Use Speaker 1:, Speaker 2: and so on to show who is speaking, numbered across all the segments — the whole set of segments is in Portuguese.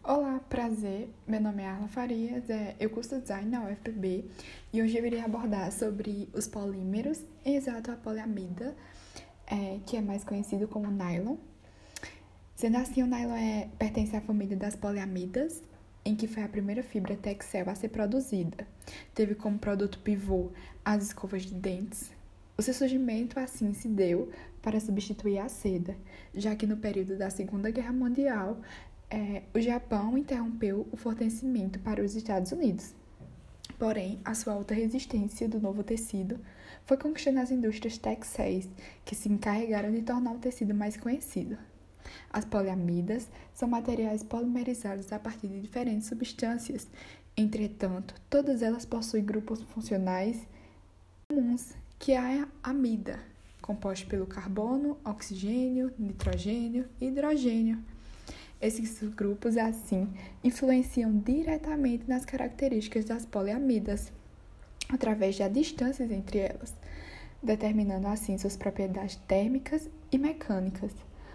Speaker 1: Olá, prazer. Meu nome é Arla Farias, eu curso design na UFPB e hoje eu irei abordar sobre os polímeros, em exato a poliamida, que é mais conhecido como nylon. Sendo assim, o nylon pertence à família das poliamidas, em que foi a primeira fibra textil a ser produzida. Teve como produto pivô as escovas de dentes. O seu surgimento assim se deu para substituir a seda, já que no período da Segunda Guerra Mundial, o Japão interrompeu o fornecimento para os Estados Unidos. Porém, a sua alta resistência do novo tecido foi conquistando as indústrias textis, que se encarregaram de tornar o tecido mais conhecido. As poliamidas são materiais polimerizados a partir de diferentes substâncias. Entretanto, todas elas possuem grupos funcionais comuns, que é a amida, composta pelo carbono, oxigênio, nitrogênio e hidrogênio. Esses grupos, assim, influenciam diretamente nas características das poliamidas, através das distâncias entre elas, determinando, assim, suas propriedades térmicas e mecânicas.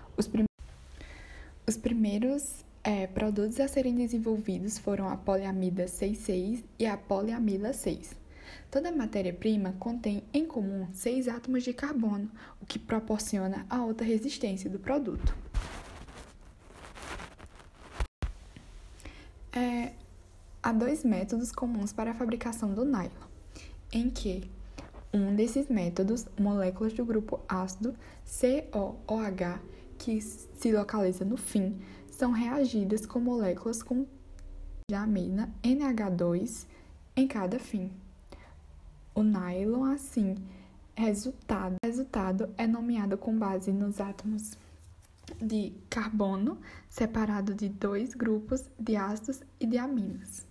Speaker 1: Os primeiros produtos a serem desenvolvidos foram a poliamida 6,6 e a poliamida 6. Toda matéria-prima contém, em comum, 6 átomos de carbono, o que proporciona a alta resistência do produto. Há 2 métodos comuns para a fabricação do nylon, em que um desses métodos, moléculas do grupo ácido COOH, que se localiza no fim, são reagidas com moléculas com de amina NH2 em cada fim. O nylon, assim, resultado é nomeado com base nos átomos de carbono, separado de 2 grupos de ácidos e de aminas.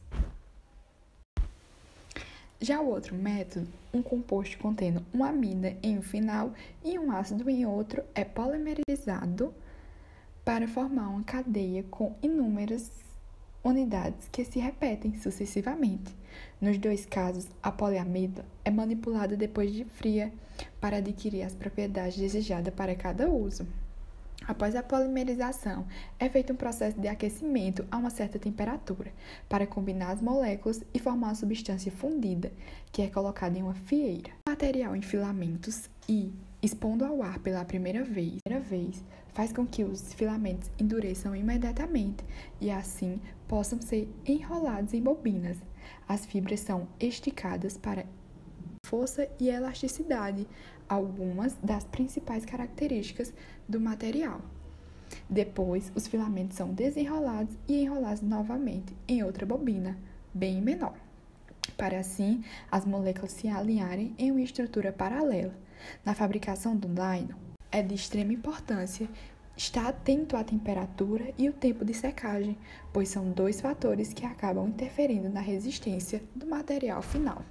Speaker 1: Já o outro método, um composto contendo uma amina em um final e um ácido em outro, é polimerizado para formar uma cadeia com inúmeras unidades que se repetem sucessivamente. Nos 2 casos, a poliamida é manipulada depois de fria para adquirir as propriedades desejadas para cada uso. Após a polimerização, é feito um processo de aquecimento a uma certa temperatura para combinar as moléculas e formar uma substância fundida, que é colocada em uma fieira. O material em filamentos e, expondo ao ar pela primeira vez, faz com que os filamentos endureçam imediatamente e, assim, possam ser enrolados em bobinas. As fibras são esticadas para força e elasticidade, algumas das principais características do material. Depois, os filamentos são desenrolados e enrolados novamente em outra bobina, bem menor, para assim as moléculas se alinharem em uma estrutura paralela. Na fabricação do nylon, é de extrema importância estar atento à temperatura e o tempo de secagem, pois são 2 fatores que acabam interferindo na resistência do material final.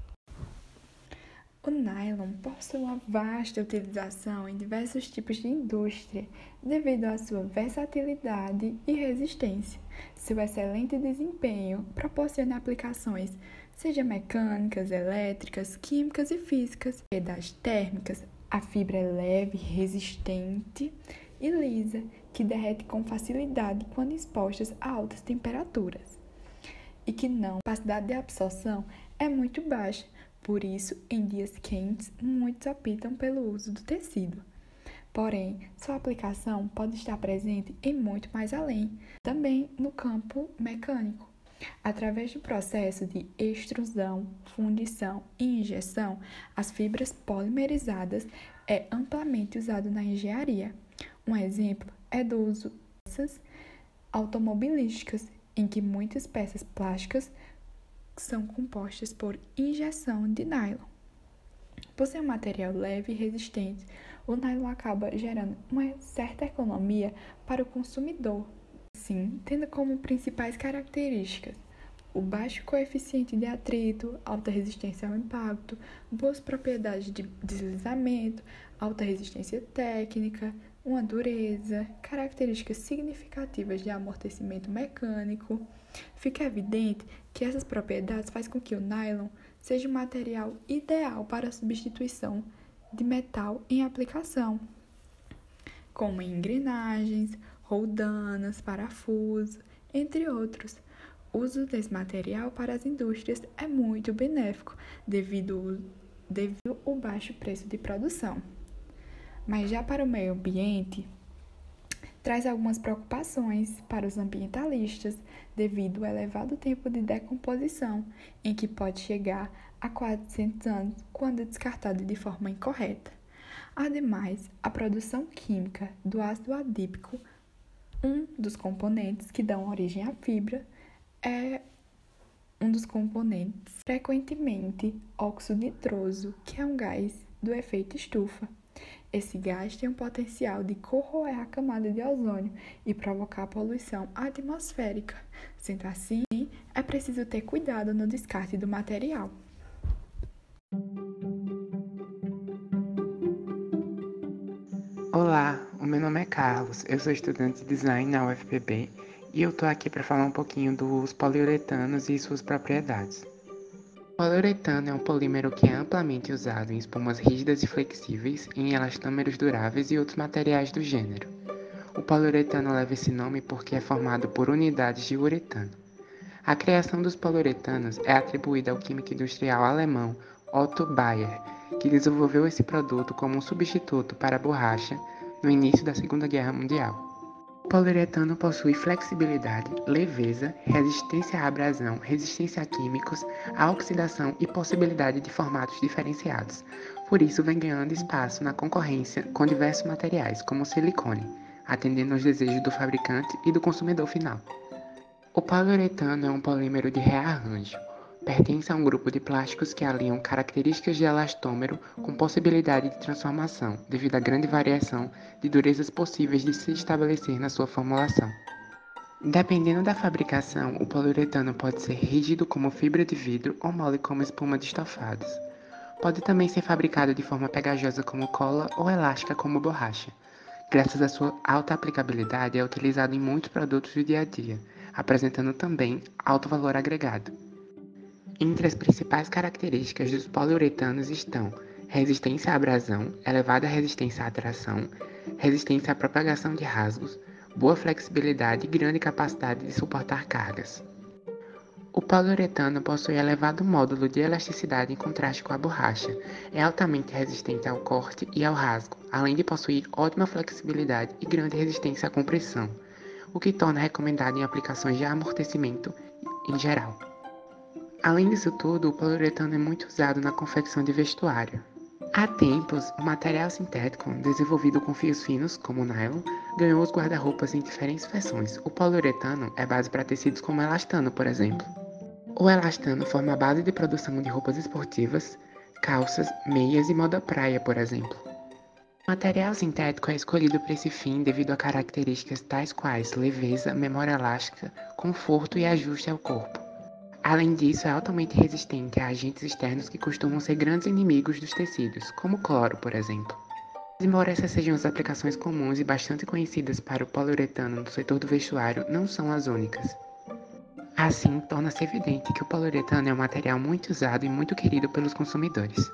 Speaker 1: O nylon possui uma vasta utilização em diversos tipos de indústria, devido à sua versatilidade e resistência. Seu excelente desempenho proporciona aplicações, seja mecânicas, elétricas, químicas e físicas. Propriedades térmicas, a fibra é leve, resistente e lisa, que derrete com facilidade quando expostas a altas temperaturas, e que a capacidade de absorção é muito baixa. Por isso, em dias quentes, muitos optam pelo uso do tecido. Porém, sua aplicação pode estar presente em muito mais além, também no campo mecânico. Através do processo de extrusão, fundição e injeção, as fibras polimerizadas é amplamente usado na engenharia. Um exemplo é do uso de peças automobilísticas, em que muitas peças plásticas são compostas por injeção de nylon. Por ser um material leve e resistente, o nylon acaba gerando uma certa economia para o consumidor, assim, tendo como principais características o baixo coeficiente de atrito, alta resistência ao impacto, boas propriedades de deslizamento, alta resistência técnica, uma dureza, características significativas de amortecimento mecânico. Fica evidente que essas propriedades fazem com que o nylon seja o material ideal para a substituição de metal em aplicação, como em engrenagens, roldanas, parafuso, entre outros. O uso desse material para as indústrias é muito benéfico devido ao baixo preço de produção. Mas já para o meio ambiente, traz algumas preocupações para os ambientalistas devido ao elevado tempo de decomposição, em que pode chegar a 400 anos quando descartado de forma incorreta. Ademais, a produção química do ácido adípico, um dos componentes que dão origem à fibra, é um dos componentes, frequentemente óxido nitroso, que é um gás do efeito estufa. Esse gás tem o potencial de corroer a camada de ozônio e provocar poluição atmosférica. Sendo assim, é preciso ter cuidado no descarte do material.
Speaker 2: Olá, o meu nome é Carlos, eu sou estudante de design na UFPB e eu tô aqui para falar um pouquinho dos poliuretanos e suas propriedades. O poliuretano é um polímero que é amplamente usado em espumas rígidas e flexíveis, em elastômeros duráveis e outros materiais do gênero. O poliuretano leva esse nome porque é formado por unidades de uretano. A criação dos poliuretanos é atribuída ao químico industrial alemão Otto Bayer, que desenvolveu esse produto como um substituto para a borracha no início da Segunda Guerra Mundial. O poliuretano possui flexibilidade, leveza, resistência à abrasão, resistência a químicos, à oxidação e possibilidade de formatos diferenciados. Por isso, vem ganhando espaço na concorrência com diversos materiais, como o silicone, atendendo aos desejos do fabricante e do consumidor final. O poliuretano é um polímero de rearranjo. Pertence a um grupo de plásticos que alinham características de elastômero com possibilidade de transformação, devido à grande variação de durezas possíveis de se estabelecer na sua formulação. Dependendo da fabricação, o poliuretano pode ser rígido como fibra de vidro ou mole como espuma de estofados. Pode também ser fabricado de forma pegajosa como cola ou elástica como borracha. Graças à sua alta aplicabilidade, é utilizado em muitos produtos do dia a dia, apresentando também alto valor agregado. Entre as principais características dos poliuretanos estão resistência à abrasão, elevada resistência à tração, resistência à propagação de rasgos, boa flexibilidade e grande capacidade de suportar cargas. O poliuretano possui elevado módulo de elasticidade em contraste com a borracha, é altamente resistente ao corte e ao rasgo, além de possuir ótima flexibilidade e grande resistência à compressão, o que torna recomendado em aplicações de amortecimento em geral. Além disso tudo, o poliuretano é muito usado na confecção de vestuário. Há tempos, o material sintético, desenvolvido com fios finos, como o nylon, ganhou os guarda-roupas em diferentes versões. O poliuretano é base para tecidos como elastano, por exemplo. O elastano forma a base de produção de roupas esportivas, calças, meias e moda praia, por exemplo. O material sintético é escolhido para esse fim devido a características tais quais leveza, memória elástica, conforto e ajuste ao corpo. Além disso, é altamente resistente a agentes externos que costumam ser grandes inimigos dos tecidos, como cloro, por exemplo. Embora essas sejam as aplicações comuns e bastante conhecidas para o poliuretano no setor do vestuário, não são as únicas. Assim, torna-se evidente que o poliuretano é um material muito usado e muito querido pelos consumidores.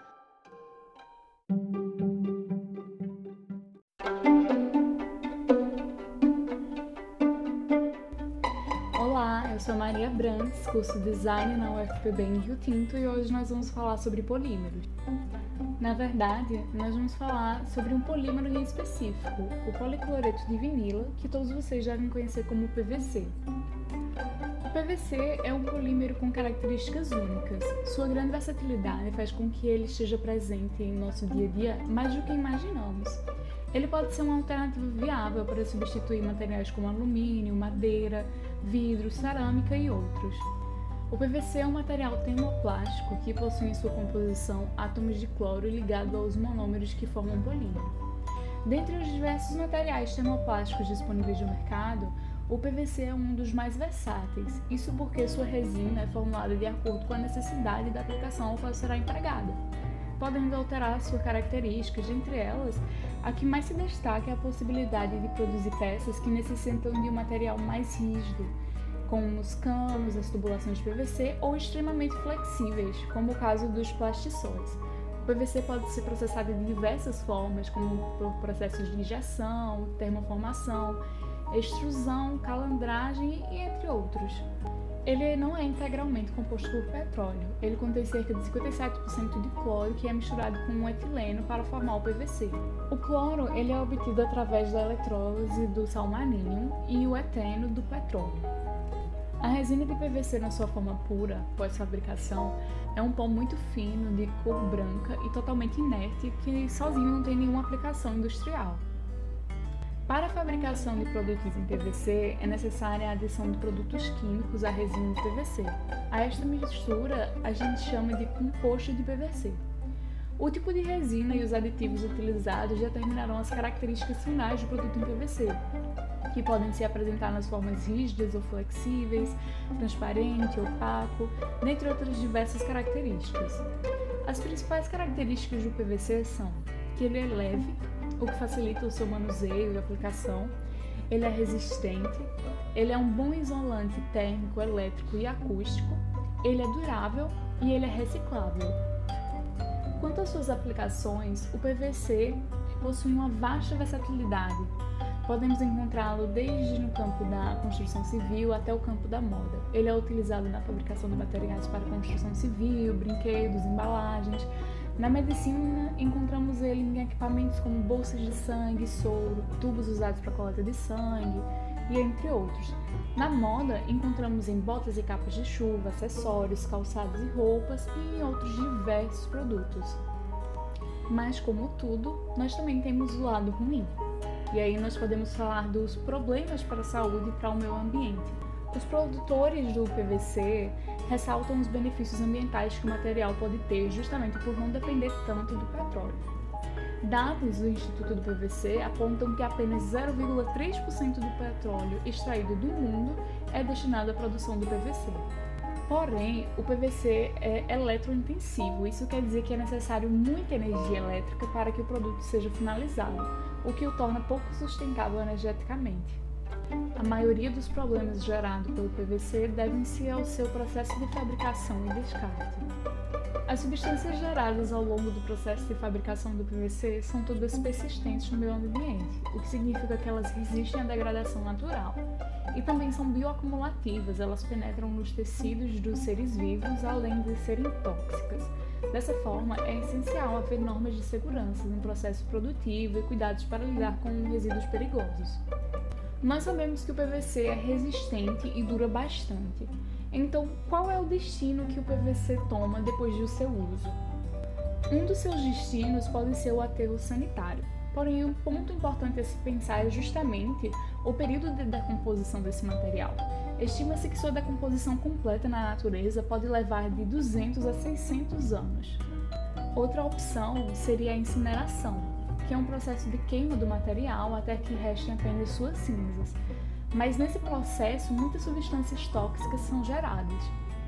Speaker 3: Olá, eu sou Maria Brandes, curso Design na UFPB em Rio Tinto e hoje nós vamos falar sobre polímeros. Na verdade, nós vamos falar sobre um polímero em específico, o policloreto de vinila, que todos vocês devem conhecer como PVC. O PVC é um polímero com características únicas. Sua grande versatilidade faz com que ele esteja presente em nosso dia a dia mais do que imaginamos. Ele pode ser uma alternativa viável para substituir materiais como alumínio, madeira, vidro, cerâmica e outros. O PVC é um material termoplástico que possui em sua composição átomos de cloro ligados aos monômeros que formam polímero. Dentre os diversos materiais termoplásticos disponíveis no mercado, o PVC é um dos mais versáteis, isso porque sua resina é formulada de acordo com a necessidade da aplicação ao qual será empregada, podendo alterar suas características, entre elas, a que mais se destaca é a possibilidade de produzir peças que necessitam de um material mais rígido, como os canos, as tubulações de PVC, ou extremamente flexíveis, como o caso dos plastisóis. O PVC pode ser processado de diversas formas, como por processos de injeção, termoformação, extrusão, calandragem e entre outros. Ele não é integralmente composto por petróleo. Ele contém cerca de 57% de cloro, que é misturado com um etileno para formar o PVC. O cloro ele é obtido através da eletrólise do salmanínio e o eteno do petróleo. A resina de PVC na sua forma pura, pós-fabricação, é um pó muito fino, de cor branca e totalmente inerte, que sozinho não tem nenhuma aplicação industrial. Para a fabricação de produtos em PVC, é necessária a adição de produtos químicos à resina de PVC. A esta mistura, a gente chama de composto de PVC. O tipo de resina e os aditivos utilizados determinarão as características finais do produto em PVC, que podem se apresentar nas formas rígidas ou flexíveis, transparente, opaco, dentre outras diversas características. As principais características do PVC são que ele é leve, o que facilita o seu manuseio e aplicação, ele é resistente, ele é um bom isolante térmico, elétrico e acústico, ele é durável e ele é reciclável. Quanto às suas aplicações, o PVC possui uma vasta versatilidade. Podemos encontrá-lo desde no campo da construção civil até o campo da moda. Ele é utilizado na fabricação de materiais para construção civil, brinquedos, embalagens. Na medicina, encontramos ele em equipamentos como bolsas de sangue, soro, tubos usados para coleta de sangue e entre outros. Na moda, encontramos em botas e capas de chuva, acessórios, calçados e roupas e em outros diversos produtos. Mas, como tudo, nós também temos o lado ruim. E aí nós podemos falar dos problemas para a saúde e para o meio ambiente. Os produtores do PVC ressaltam os benefícios ambientais que o material pode ter justamente por não depender tanto do petróleo. Dados do Instituto do PVC apontam que apenas 0,3% do petróleo extraído do mundo é destinado à produção do PVC. Porém, o PVC é eletrointensivo, isso quer dizer que é necessário muita energia elétrica para que o produto seja finalizado, o que o torna pouco sustentável energeticamente. A maioria dos problemas gerados pelo PVC devem-se ao seu processo de fabricação e descarte. As substâncias geradas ao longo do processo de fabricação do PVC são todas persistentes no meio ambiente, o que significa que elas resistem à degradação natural. E também são bioacumulativas, elas penetram nos tecidos dos seres vivos, além de serem tóxicas. Dessa forma, é essencial haver normas de segurança no processo produtivo e cuidados para lidar com resíduos perigosos. Nós sabemos que o PVC é resistente e dura bastante. Então, qual é o destino que o PVC toma depois do seu uso? Um dos seus destinos pode ser o aterro sanitário. Porém, um ponto importante a se pensar é justamente o período de decomposição desse material. Estima-se que sua decomposição completa na natureza pode levar de 200 a 600 anos. Outra opção seria a incineração, que é um processo de queima do material até que restem apenas suas cinzas. Mas nesse processo, muitas substâncias tóxicas são geradas.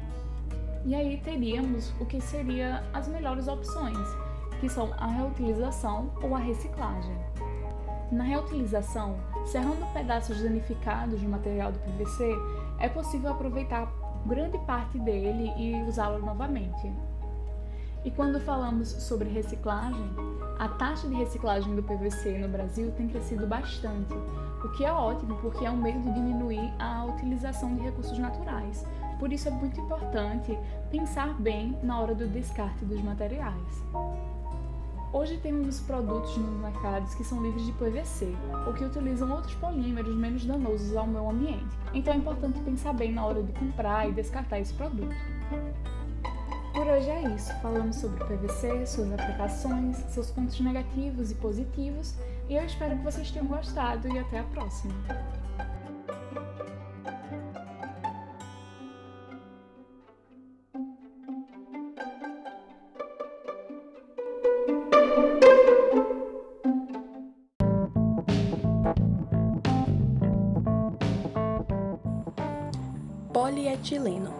Speaker 3: E aí teríamos o que seriam as melhores opções, que são a reutilização ou a reciclagem. Na reutilização, serrando pedaços danificados do material do PVC, é possível aproveitar grande parte dele e usá-lo novamente. E quando falamos sobre reciclagem, a taxa de reciclagem do PVC no Brasil tem crescido bastante, o que é ótimo porque é um meio de diminuir a utilização de recursos naturais. Por isso é muito importante pensar bem na hora do descarte dos materiais. Hoje temos produtos nos mercados que são livres de PVC, ou que utilizam outros polímeros menos danosos ao meio ambiente. Então é importante pensar bem na hora de comprar e descartar esse produto. Por hoje é isso. Falamos sobre o PVC, suas aplicações, seus pontos negativos e positivos, e eu espero que vocês tenham gostado e até a próxima.
Speaker 4: Polietileno.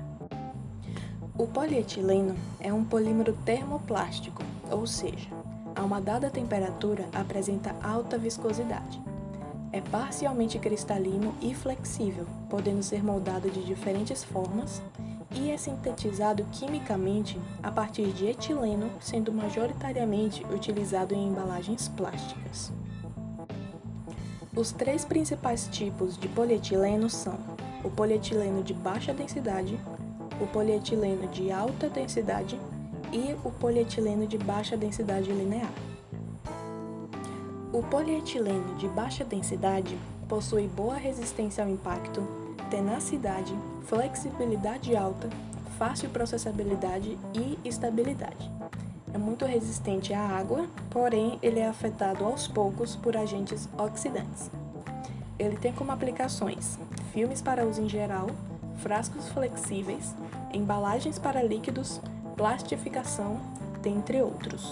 Speaker 4: O polietileno é um polímero termoplástico, ou seja, a uma dada temperatura apresenta alta viscosidade. É parcialmente cristalino e flexível, podendo ser moldado de diferentes formas, e é sintetizado quimicamente a partir de etileno, sendo majoritariamente utilizado em embalagens plásticas. Os 3 principais tipos de polietileno são o polietileno de baixa densidade, o polietileno de alta densidade e o polietileno de baixa densidade linear. O polietileno de baixa densidade possui boa resistência ao impacto, tenacidade, flexibilidade alta, fácil processabilidade e estabilidade. É muito resistente à água, porém ele é afetado aos poucos por agentes oxidantes. Ele tem como aplicações filmes para uso em geral, frascos flexíveis, embalagens para líquidos, plastificação, dentre outros.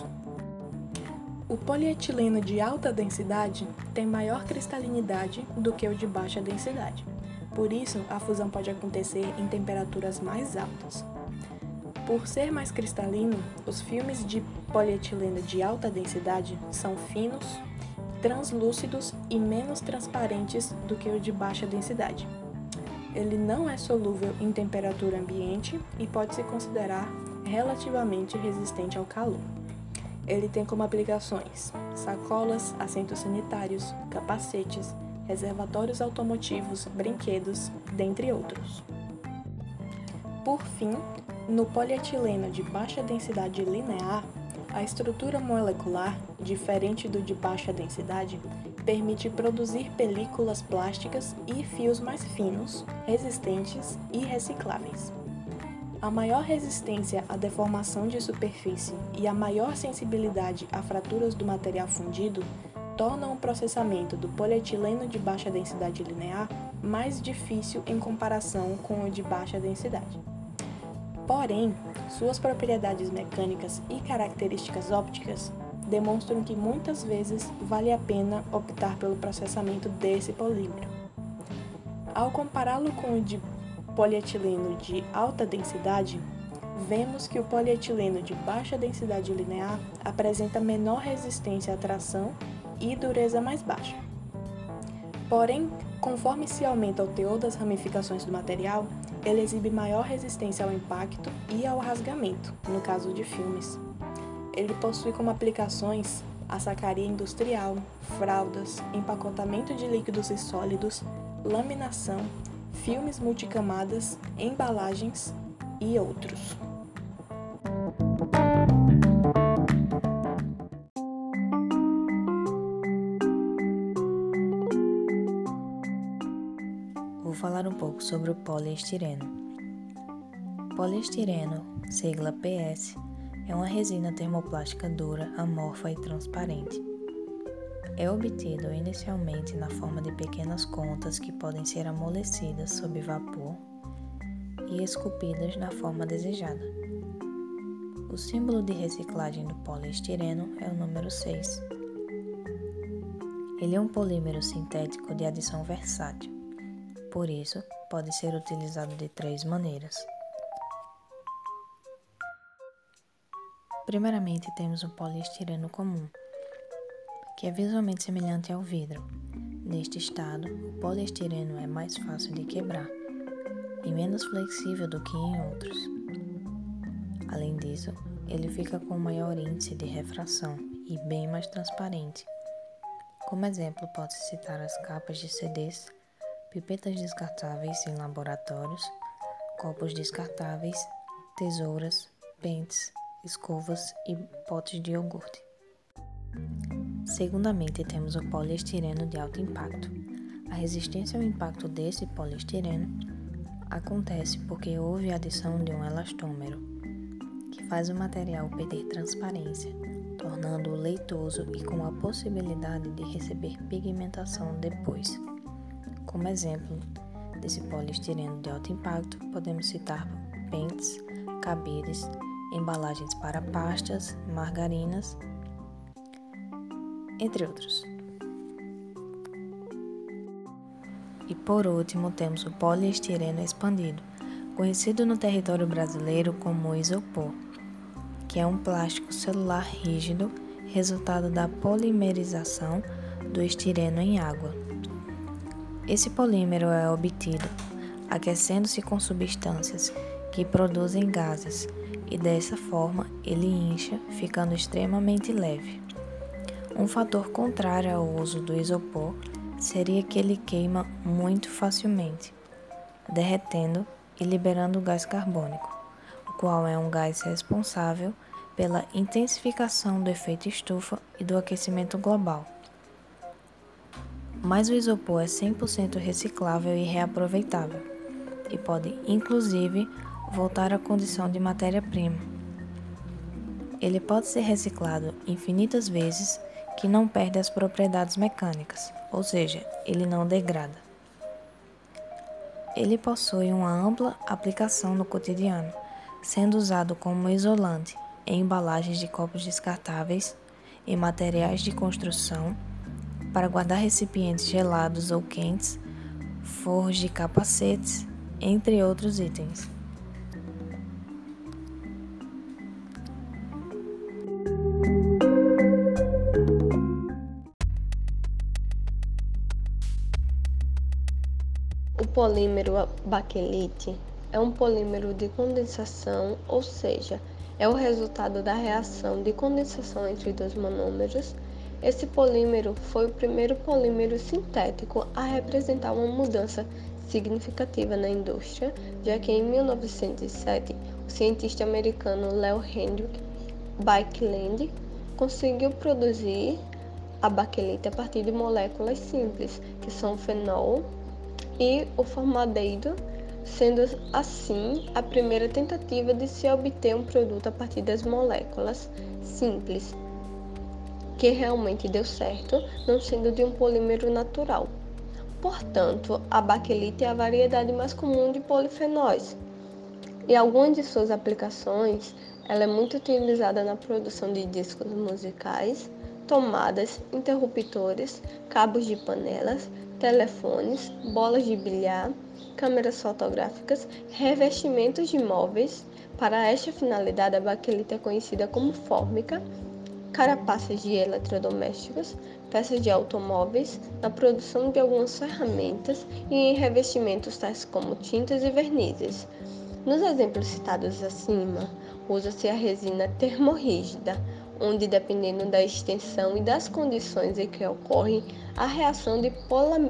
Speaker 4: O polietileno de alta densidade tem maior cristalinidade do que o de baixa densidade. Por isso, a fusão pode acontecer em temperaturas mais altas. Por ser mais cristalino, os filmes de polietileno de alta densidade são finos, translúcidos e menos transparentes do que o de baixa densidade. Ele não é solúvel em temperatura ambiente e pode se considerar relativamente resistente ao calor. Ele tem como aplicações sacolas, assentos sanitários, capacetes, reservatórios automotivos, brinquedos, dentre outros. Por fim, no polietileno de baixa densidade linear, a estrutura molecular, diferente do de baixa densidade, permite produzir películas plásticas e fios mais finos, resistentes e recicláveis. A maior resistência à deformação de superfície e a maior sensibilidade a fraturas do material fundido tornam o processamento do polietileno de baixa densidade linear mais difícil em comparação com o de baixa densidade. Porém, suas propriedades mecânicas e características ópticas demonstram que muitas vezes vale a pena optar pelo processamento desse polímero. Ao compará-lo com o de polietileno de alta densidade, vemos que o polietileno de baixa densidade linear apresenta menor resistência à tração e dureza mais baixa. Porém, conforme se aumenta o teor das ramificações do material, ele exibe maior resistência ao impacto e ao rasgamento, no caso de filmes. Ele possui como aplicações açacaria industrial, fraldas, empacotamento de líquidos e sólidos, laminação, filmes multicamadas, embalagens e outros.
Speaker 5: Vou falar um pouco sobre o poliestireno. Poliestireno, sigla PS, é uma resina termoplástica dura, amorfa e transparente. É obtido inicialmente na forma de pequenas contas que podem ser amolecidas sob vapor e esculpidas na forma desejada. O símbolo de reciclagem do poliestireno é o número 6. Ele é um polímero sintético de adição versátil. Por isso, pode ser utilizado de 3 maneiras. Primeiramente, temos o poliestireno comum, que é visualmente semelhante ao vidro. Neste estado, o poliestireno é mais fácil de quebrar e menos flexível do que em outros. Além disso, ele fica com maior índice de refração e bem mais transparente. Como exemplo, pode-se citar as capas de CDs, pipetas descartáveis em laboratórios, copos descartáveis, tesouras, pentes, escovas e potes de iogurte. Segundamente, temos o poliestireno de alto impacto. A resistência ao impacto desse poliestireno acontece porque houve a adição de um elastômero, que faz o material perder transparência, tornando-o leitoso e com a possibilidade de receber pigmentação depois. Como exemplo desse poliestireno de alto impacto, podemos citar pentes, cabides, embalagens para pastas, margarinas, entre outros. E por último, temos o poliestireno expandido, conhecido no território brasileiro como isopor, que é um plástico celular rígido, resultado da polimerização do estireno em água. Esse polímero é obtido aquecendo-se com substâncias que produzem gases e dessa forma ele incha, ficando extremamente leve. Um fator contrário ao uso do isopor seria que ele queima muito facilmente, derretendo e liberando o gás carbônico, o qual é um gás responsável pela intensificação do efeito estufa e do aquecimento global. Mas o isopor é 100% reciclável e reaproveitável, e pode, inclusive, voltar à condição de matéria-prima. Ele pode ser reciclado infinitas vezes, que não perde as propriedades mecânicas, ou seja, ele não degrada. Ele possui uma ampla aplicação no cotidiano, sendo usado como isolante em embalagens de copos descartáveis, em materiais de construção, para guardar recipientes gelados ou quentes, forros de capacetes, entre outros itens.
Speaker 6: O polímero baquelite é um polímero de condensação, ou seja, é o resultado da reação de condensação entre dois monômeros. Esse polímero foi o primeiro polímero sintético a representar uma mudança significativa na indústria, já que em 1907 o cientista americano Leo Hendrik Baekeland conseguiu produzir a baquelite a partir de moléculas simples, que são o fenol e o formaldeído, sendo assim a primeira tentativa de se obter um produto a partir das moléculas simples, que realmente deu certo, não sendo de um polímero natural. Portanto, a baquelite é a variedade mais comum de polifenóis. Em algumas de suas aplicações, ela é muito utilizada na produção de discos musicais, tomadas, interruptores, cabos de panelas, telefones, bolas de bilhar, câmeras fotográficas, revestimentos de móveis. Para esta finalidade, a baquelite é conhecida como fórmica, carapaças de eletrodomésticos, peças de automóveis, na produção de algumas ferramentas e em revestimentos tais como tintas e vernizes. Nos exemplos citados acima, usa-se a resina termorrígida, onde, dependendo da extensão e das condições em que ocorre a reação de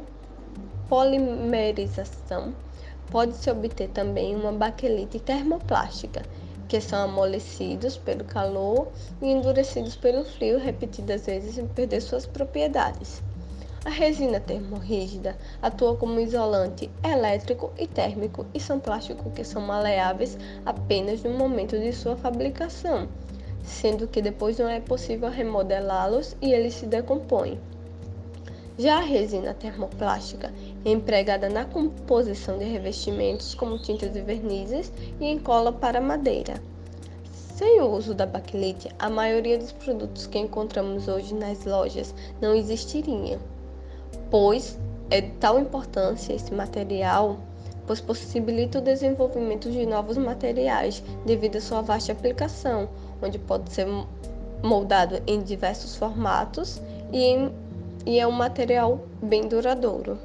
Speaker 6: polimerização, pode-se obter também uma baquelite termoplástica, que são amolecidos pelo calor e endurecidos pelo frio repetidas vezes sem perder suas propriedades. A resina termorrígida atua como isolante elétrico e térmico e são plásticos que são maleáveis apenas no momento de sua fabricação, sendo que depois não é possível remodelá-los e eles se decompõem. Já a resina termoplástica é empregada na composição de revestimentos como tintas e vernizes e em cola para madeira. Sem o uso da baquelite, a maioria dos produtos que encontramos hoje nas lojas não existiriam, pois é de tal importância esse material, pois possibilita o desenvolvimento de novos materiais devido à sua vasta aplicação, onde pode ser moldado em diversos formatos e é um material bem duradouro.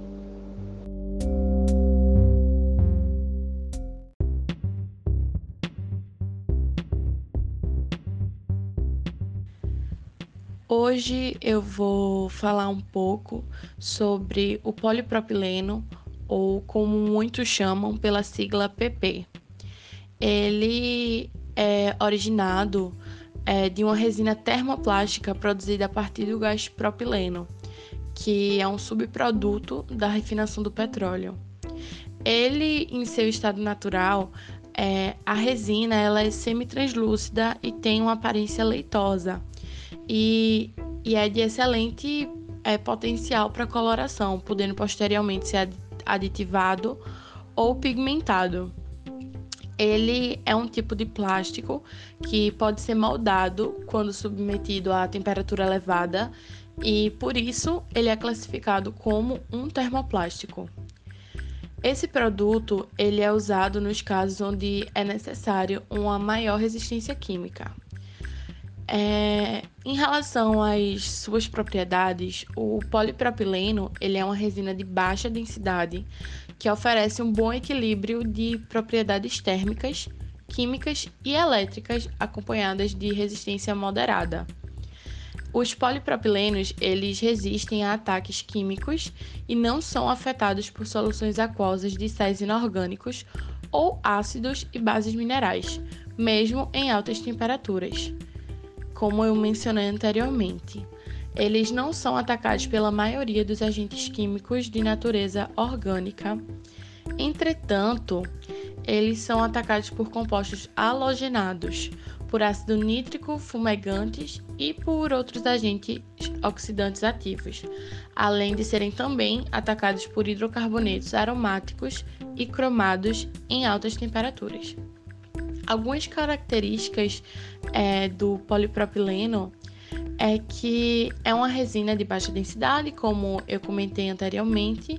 Speaker 7: Hoje eu vou falar um pouco sobre o polipropileno, ou como muitos chamam pela sigla PP. Ele é originado de uma resina termoplástica produzida a partir do gás propileno, que é um subproduto da refinação do petróleo. Ele, em seu estado natural, a resina ela é semi-translúcida e tem uma aparência leitosa, e é de excelente potencial para coloração, podendo posteriormente ser aditivado ou pigmentado. Ele é um tipo de plástico que pode ser moldado quando submetido a temperatura elevada e, por isso, ele é classificado como um termoplástico. Esse produto ele é usado nos casos onde é necessário uma maior resistência química. Em relação às suas propriedades, o polipropileno ele é uma resina de baixa densidade que oferece um bom equilíbrio de propriedades térmicas, químicas e elétricas, acompanhadas de resistência moderada. Os polipropilenos, eles resistem a ataques químicos e não são afetados por soluções aquosas de sais inorgânicos ou ácidos e bases minerais, mesmo em altas temperaturas. Como eu mencionei anteriormente, eles não são atacados pela maioria dos agentes químicos de natureza orgânica. Entretanto, eles são atacados por compostos halogenados, por ácido nítrico, fumegantes e por outros agentes oxidantes ativos, além de serem também atacados por hidrocarbonetos aromáticos e cromados em altas temperaturas. Algumas características do polipropileno é que é uma resina de baixa densidade, como eu comentei anteriormente,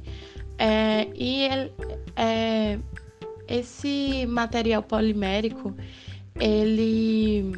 Speaker 7: esse material polimérico ele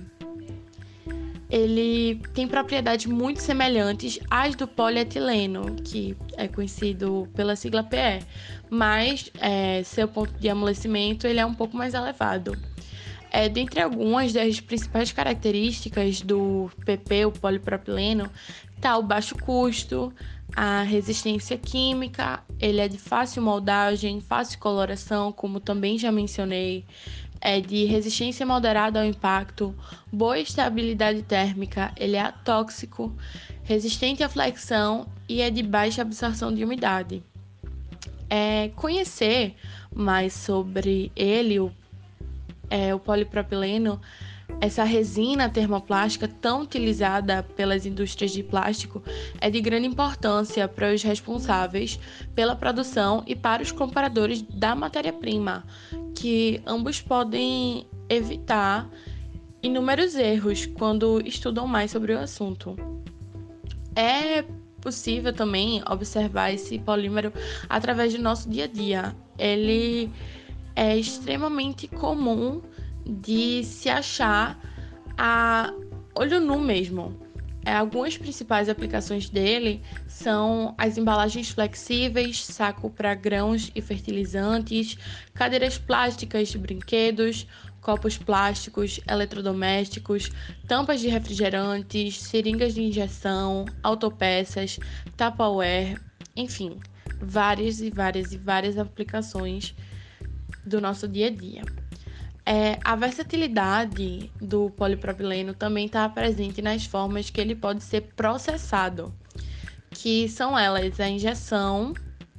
Speaker 7: tem propriedades muito semelhantes às do polietileno, que é conhecido pela sigla PE, mas seu ponto de amolecimento ele é um pouco mais elevado. Dentre algumas das principais características do PP, o polipropileno, está o baixo custo, a resistência química, ele é de fácil moldagem, fácil coloração, como também já mencionei, de resistência moderada ao impacto, boa estabilidade térmica, ele é atóxico, resistente à flexão e é de baixa absorção de umidade. Conhecer mais sobre ele, o polipropileno, essa resina termoplástica tão utilizada pelas indústrias de plástico, é de grande importância para os responsáveis pela produção e para os compradores da matéria-prima, que ambos podem evitar inúmeros erros quando estudam mais sobre o assunto. É possível também observar esse polímero através do nosso dia a dia. Ele é extremamente comum de se achar a olho nu mesmo. Algumas principais aplicações dele são as embalagens flexíveis, saco para grãos e fertilizantes, cadeiras plásticas de brinquedos, copos plásticos, eletrodomésticos, tampas de refrigerantes, seringas de injeção, autopeças, Tupperware, enfim, várias aplicações do nosso dia a dia. A versatilidade do polipropileno também está presente nas formas que ele pode ser processado, que são elas a injeção,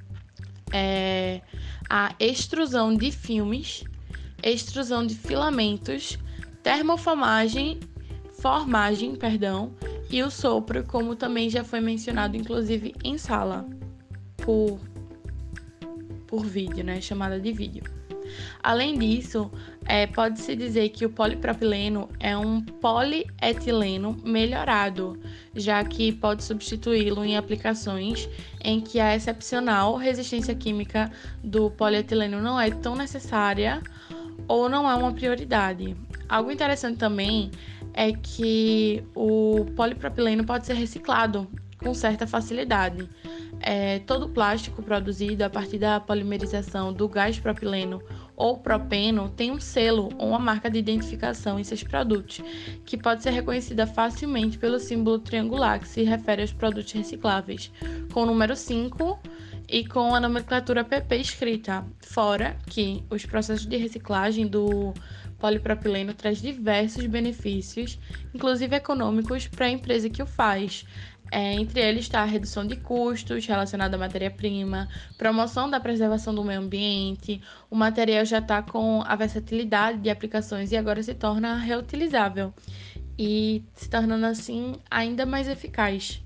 Speaker 7: a extrusão de filmes, extrusão de filamentos, formagem, e o sopro, como também já foi mencionado, inclusive em sala, por vídeo, né, chamada de vídeo. Além disso, pode-se dizer que o polipropileno é um polietileno melhorado, já que pode substituí-lo em aplicações em que a excepcional resistência química do polietileno não é tão necessária ou não é uma prioridade. Algo interessante também é que o polipropileno pode ser reciclado com certa facilidade. Todo plástico produzido a partir da polimerização do gás propileno ou propeno tem um selo ou uma marca de identificação em seus produtos, que pode ser reconhecida facilmente pelo símbolo triangular que se refere aos produtos recicláveis, com o número 5 e com a nomenclatura PP escrita, fora que os processos de reciclagem do polipropileno traz diversos benefícios, inclusive econômicos, para a empresa que o faz. Entre eles está a redução de custos relacionada à matéria-prima, promoção da preservação do meio ambiente, o material já está com a versatilidade de aplicações e agora se torna reutilizável e se tornando assim ainda mais eficaz.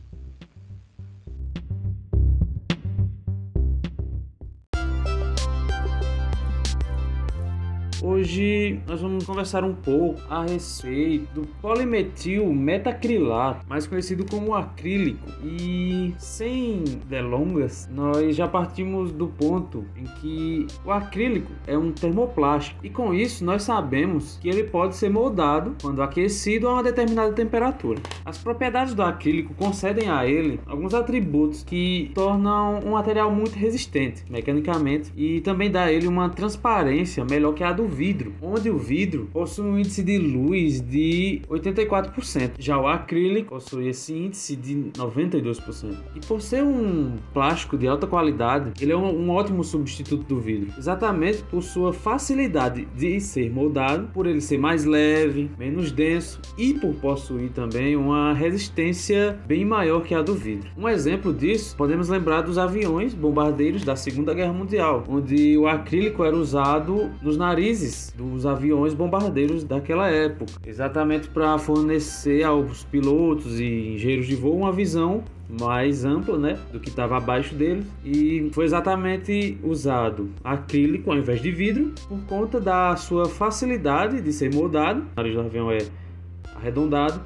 Speaker 8: Hoje nós vamos conversar um pouco a respeito do polimetil metacrilato, mais conhecido como acrílico. E sem delongas, nós já partimos do ponto em que o acrílico é um termoplástico. E com isso nós sabemos que ele pode ser moldado quando aquecido a uma determinada temperatura. As propriedades do acrílico concedem a ele alguns atributos que tornam um material muito resistente mecanicamente e também dá a ele uma transparência melhor que a do vidro, onde o vidro possui um índice de luz de 84%. Já o acrílico possui esse índice de 92%. E por ser um plástico de alta qualidade, ele é um ótimo substituto do vidro, exatamente por sua facilidade de ser moldado, por ele ser mais leve, menos denso e por possuir também uma resistência bem maior que a do vidro. Um exemplo disso, podemos lembrar dos aviões bombardeiros da Segunda Guerra Mundial, onde o acrílico era usado nos narizes dos aviões bombardeiros daquela época, exatamente para fornecer aos pilotos e engenheiros de voo uma visão mais ampla, né, do que estava abaixo deles, e foi exatamente usado acrílico ao invés de vidro por conta da sua facilidade de ser moldado. O nariz do avião é arredondado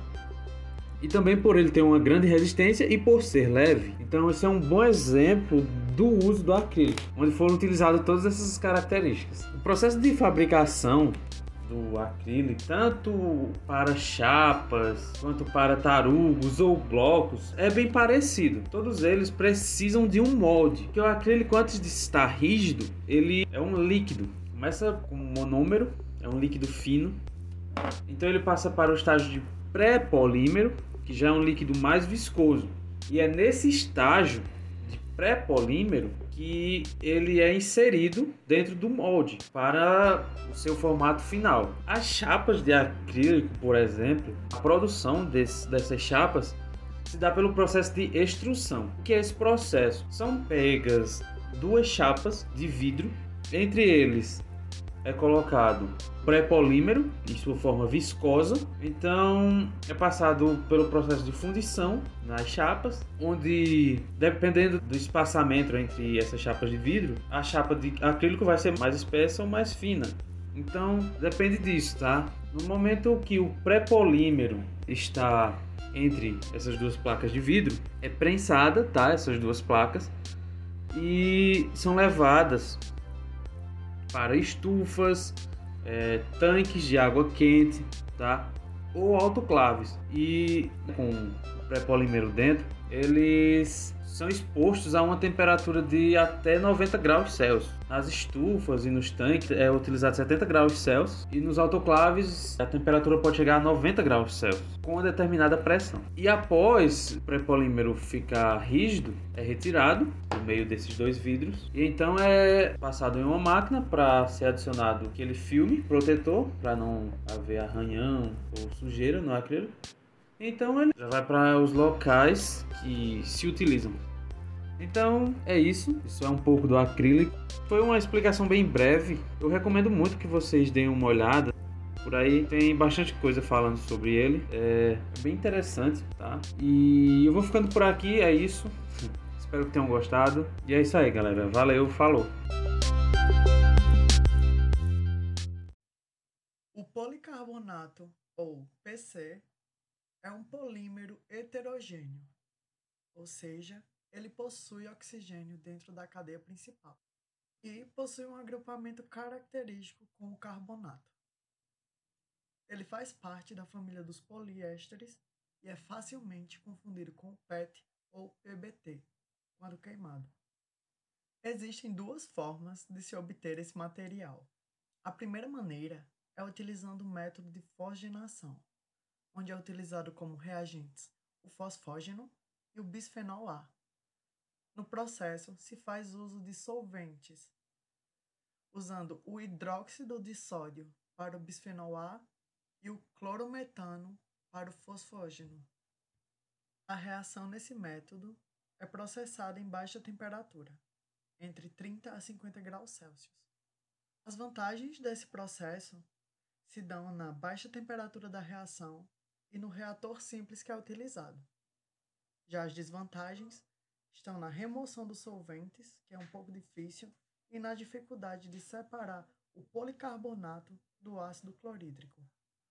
Speaker 8: e também por ele ter uma grande resistência e por ser leve. Então esse é um bom exemplo do uso do acrílico, onde foram utilizadas todas essas características. O processo de fabricação do acrílico, tanto para chapas quanto para tarugos ou blocos, é bem parecido. Todos eles precisam de um molde, porque o acrílico, antes de estar rígido, ele é um líquido. Começa com monômero, é um líquido fino, então ele passa para o estágio de pré-polímero, que já é um líquido mais viscoso, e é nesse estágio de pré-polímero que ele é inserido dentro do molde para o seu formato final. As chapas de acrílico, por exemplo, a produção dessas chapas se dá pelo processo de extrução. O que é esse processo? São pegas duas chapas de vidro, entre eles é colocado pré-polímero em sua forma viscosa, então é passado pelo processo de fundição nas chapas, onde, dependendo do espaçamento entre essas chapas de vidro, a chapa de acrílico vai ser mais espessa ou mais fina. Então depende disso, tá? No momento que o pré-polímero está entre essas duas placas de vidro, é prensada, tá? Essas duas placas, e são levadas para estufas, tanques de água quente, tá? Ou autoclaves. E com o pré-polímero dentro, eles são expostos a uma temperatura de até 90 graus Celsius. Nas estufas e nos tanques é utilizado 70 graus Celsius, e nos autoclaves a temperatura pode chegar a 90 graus Celsius com uma determinada pressão. E após o pré-polímero ficar rígido, é retirado do meio desses dois vidros e então é passado em uma máquina para ser adicionado aquele filme protetor para não haver arranhão ou sujeira no acrílico. Então ele já vai para os locais que se utilizam. Então é isso é um pouco do acrílico. Foi uma explicação bem breve. Eu recomendo muito que vocês deem uma olhada. Por aí tem bastante coisa falando sobre ele. É bem interessante, tá? E eu vou ficando por aqui, é isso. Espero que tenham gostado. E é isso aí, galera. Valeu, falou!
Speaker 9: O policarbonato, ou PC, é um polímero heterogêneo, ou seja, ele possui oxigênio dentro da cadeia principal e possui um agrupamento característico com o carbonato. Ele faz parte da família dos poliésteres e é facilmente confundido com o PET ou PBT, quando queimado. Existem duas formas de se obter esse material. A primeira maneira é utilizando o método de fosgenação, onde é utilizado como reagentes o fosfógeno e o bisfenol A. No processo, se faz uso de solventes, usando o hidróxido de sódio para o bisfenol A e o clorometano para o fosfógeno. A reação nesse método é processada em baixa temperatura, entre 30 a 50 graus Celsius. As vantagens desse processo se dão na baixa temperatura da reação e no reator simples que é utilizado. Já as desvantagens estão na remoção dos solventes, que é um pouco difícil, e na dificuldade de separar o policarbonato do ácido clorídrico.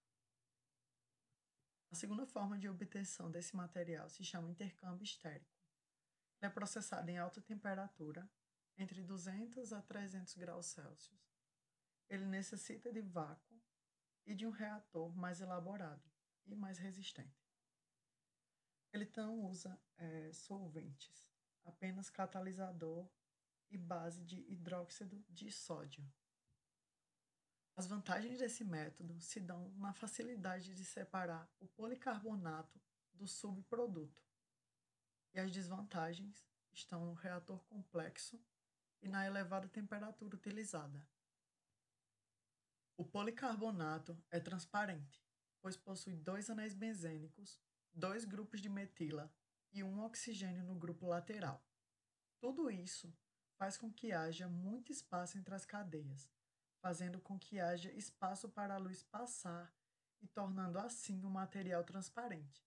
Speaker 9: A segunda forma de obtenção desse material se chama intercâmbio estérico. Ele é processado em alta temperatura, entre 200 a 300 graus Celsius. Ele necessita de vácuo e de um reator mais elaborado e mais resistente. Ele não usa solventes, apenas catalisador e base de hidróxido de sódio. As vantagens desse método se dão na facilidade de separar o policarbonato do subproduto, e as desvantagens estão no reator complexo e na elevada temperatura utilizada. O policarbonato é transparente, pois possui 2 anéis benzênicos, 2 grupos de metila e 1 oxigênio no grupo lateral. Tudo isso faz com que haja muito espaço entre as cadeias, fazendo com que haja espaço para a luz passar e tornando assim o material transparente.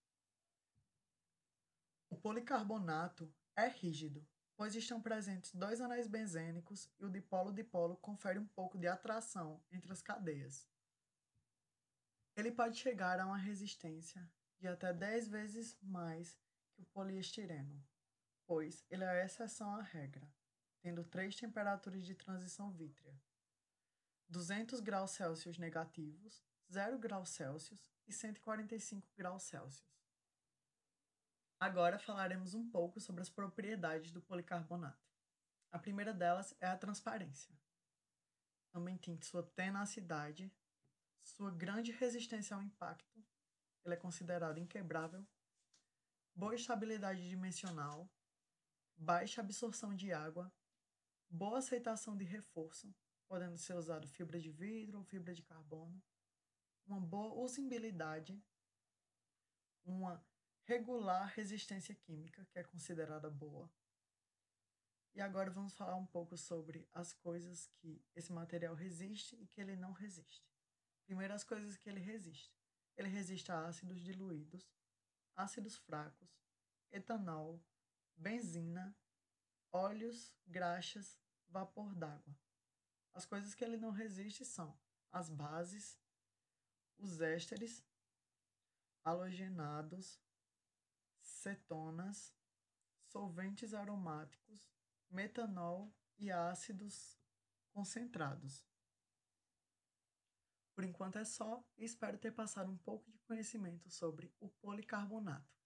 Speaker 9: O policarbonato é rígido, pois estão presentes 2 anéis benzênicos e o dipolo-dipolo confere um pouco de atração entre as cadeias. Ele pode chegar a uma resistência de até 10 vezes mais que o poliestireno, pois ele é a exceção à regra, tendo 3 temperaturas de transição vítrea: 200 graus Celsius negativos, 0 graus Celsius e 145 graus Celsius. Agora falaremos um pouco sobre as propriedades do policarbonato. A primeira delas é a transparência. Também tem sua tenacidade, sua grande resistência ao impacto, ele é considerado inquebrável, boa estabilidade dimensional, baixa absorção de água, boa aceitação de reforço, podendo ser usado fibra de vidro ou fibra de carbono, uma boa usabilidade, uma regular resistência química, que é considerada boa. E agora vamos falar um pouco sobre as coisas que esse material resiste e que ele não resiste. Primeiro, as coisas que ele resiste. Ele resiste a ácidos diluídos, ácidos fracos, etanol, benzina, óleos, graxas, vapor d'água. As coisas que ele não resiste são as bases, os ésteres, halogenados, cetonas, solventes aromáticos, metanol e ácidos concentrados. Por enquanto é só e espero ter passado um pouco de conhecimento sobre o policarbonato.